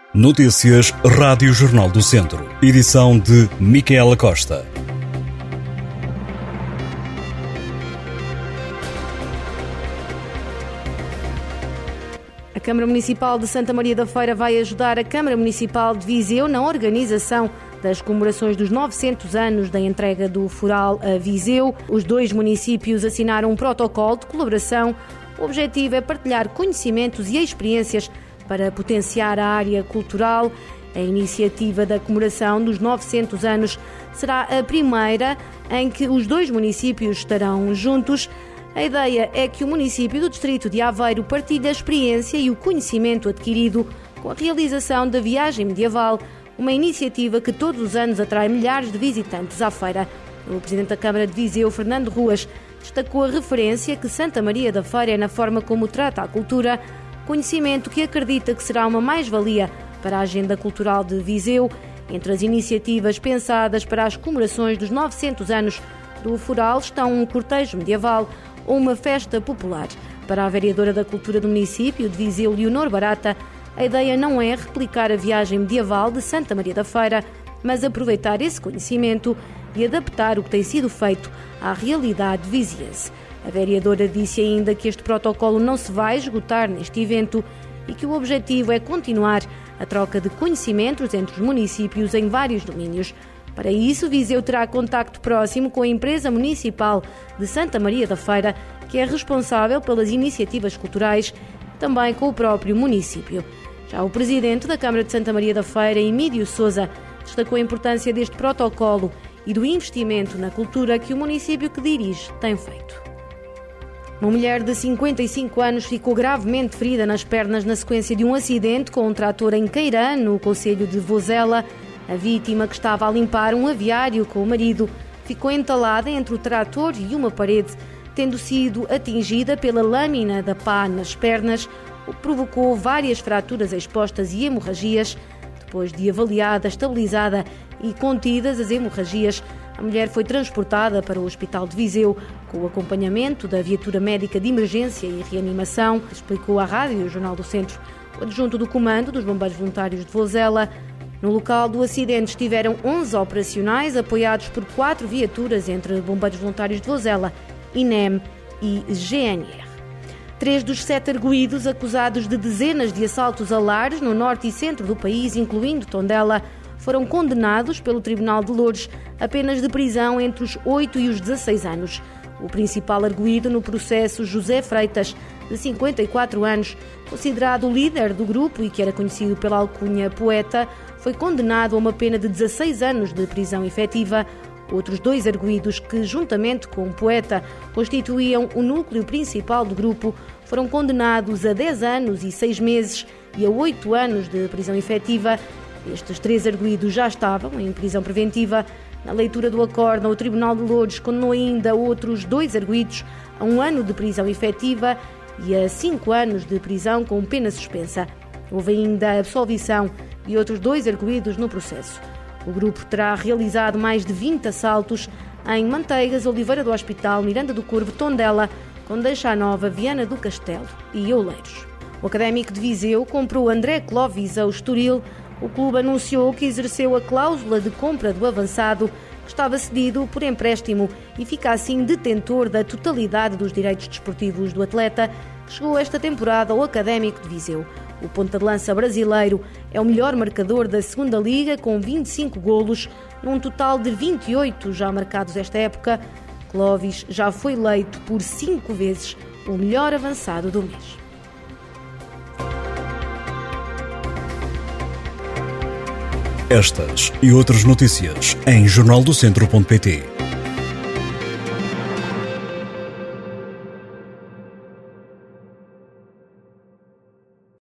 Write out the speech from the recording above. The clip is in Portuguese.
Notícias Rádio Jornal do Centro. Edição de Micaela Costa. A Câmara Municipal de Santa Maria da Feira vai ajudar a Câmara Municipal de Viseu na organização das comemorações dos 900 anos da entrega do Foral a Viseu. Os dois municípios assinaram um protocolo de colaboração. O objetivo é partilhar conhecimentos e experiências para potenciar a área cultural. A iniciativa da comemoração dos 900 anos será a primeira em que os dois municípios estarão juntos. A ideia é que o município do distrito de Aveiro partilhe a experiência e o conhecimento adquirido com a realização da viagem medieval, uma iniciativa que todos os anos atrai milhares de visitantes à feira. O presidente da Câmara de Viseu, Fernando Ruas, destacou a referência que Santa Maria da Feira é na forma como trata a cultura, conhecimento que acredita que será uma mais-valia para a agenda cultural de Viseu. Entre as iniciativas pensadas para as comemorações dos 900 anos do Foral estão um cortejo medieval ou uma festa popular. Para a vereadora da Cultura do município de Viseu, Leonor Barata, a ideia não é replicar a viagem medieval de Santa Maria da Feira, mas aproveitar esse conhecimento e adaptar o que tem sido feito à realidade viziense. A vereadora disse ainda que este protocolo não se vai esgotar neste evento e que o objetivo é continuar a troca de conhecimentos entre os municípios em vários domínios. Para isso, Viseu terá contacto próximo com a empresa municipal de Santa Maria da Feira, que é responsável pelas iniciativas culturais, também com o próprio município. Já o presidente da Câmara de Santa Maria da Feira, Emílio Sousa, destacou a importância deste protocolo e do investimento na cultura que o município que dirige tem feito. Uma mulher de 55 anos ficou gravemente ferida nas pernas na sequência de um acidente com um trator em Queirã, no concelho de Vozela. A vítima, que estava a limpar um aviário com o marido, ficou entalada entre o trator e uma parede, tendo sido atingida pela lâmina da pá nas pernas, o que provocou várias fraturas expostas e hemorragias. Depois de avaliada, estabilizada e contidas as hemorragias, a mulher foi transportada para o Hospital de Viseu com o acompanhamento da viatura médica de emergência e reanimação, explicou à Rádio Jornal do Centro o adjunto do Comando dos Bombeiros Voluntários de Vozela. No local do acidente estiveram 11 operacionais, apoiados por 4 viaturas entre Bombeiros Voluntários de Vozela, INEM e GNR. 3 dos 7 arguidos acusados de dezenas de assaltos a lares no norte e centro do país, incluindo Tondela, foram condenados pelo Tribunal de Loures a penas de prisão entre os 8 e os 16 anos. O principal arguido no processo, José Freitas, de 54 anos, considerado o líder do grupo e que era conhecido pela alcunha Poeta, foi condenado a uma pena de 16 anos de prisão efetiva. Outros 2 arguidos, que juntamente com o Poeta constituíam o núcleo principal do grupo, foram condenados a 10 anos e 6 meses e a 8 anos de prisão efetiva. Estes 3 arguidos já estavam em prisão preventiva. Na leitura do acórdão, o Tribunal de Loures condenou ainda outros 2 arguidos a 1 ano de prisão efetiva e a 5 anos de prisão com pena suspensa. Houve ainda a absolvição de outros 2 arguidos no processo. O grupo terá realizado mais de 20 assaltos em Manteigas, Oliveira do Hospital, Miranda do Corvo, Tondela, Condeixa Nova, Viana do Castelo e Oleiros. O Académico de Viseu comprou André Clovis ao Estoril. O clube anunciou que exerceu a cláusula de compra do avançado, que estava cedido por empréstimo e fica assim detentor da totalidade dos direitos desportivos do atleta, que chegou esta temporada ao Académico de Viseu. O ponta de lança brasileiro é o melhor marcador da segunda Liga, com 25 golos, num total de 28 já marcados esta época. Clovis já foi eleito por 5 vezes o melhor avançado do mês. Estas e outras notícias em jornaldocentro.pt.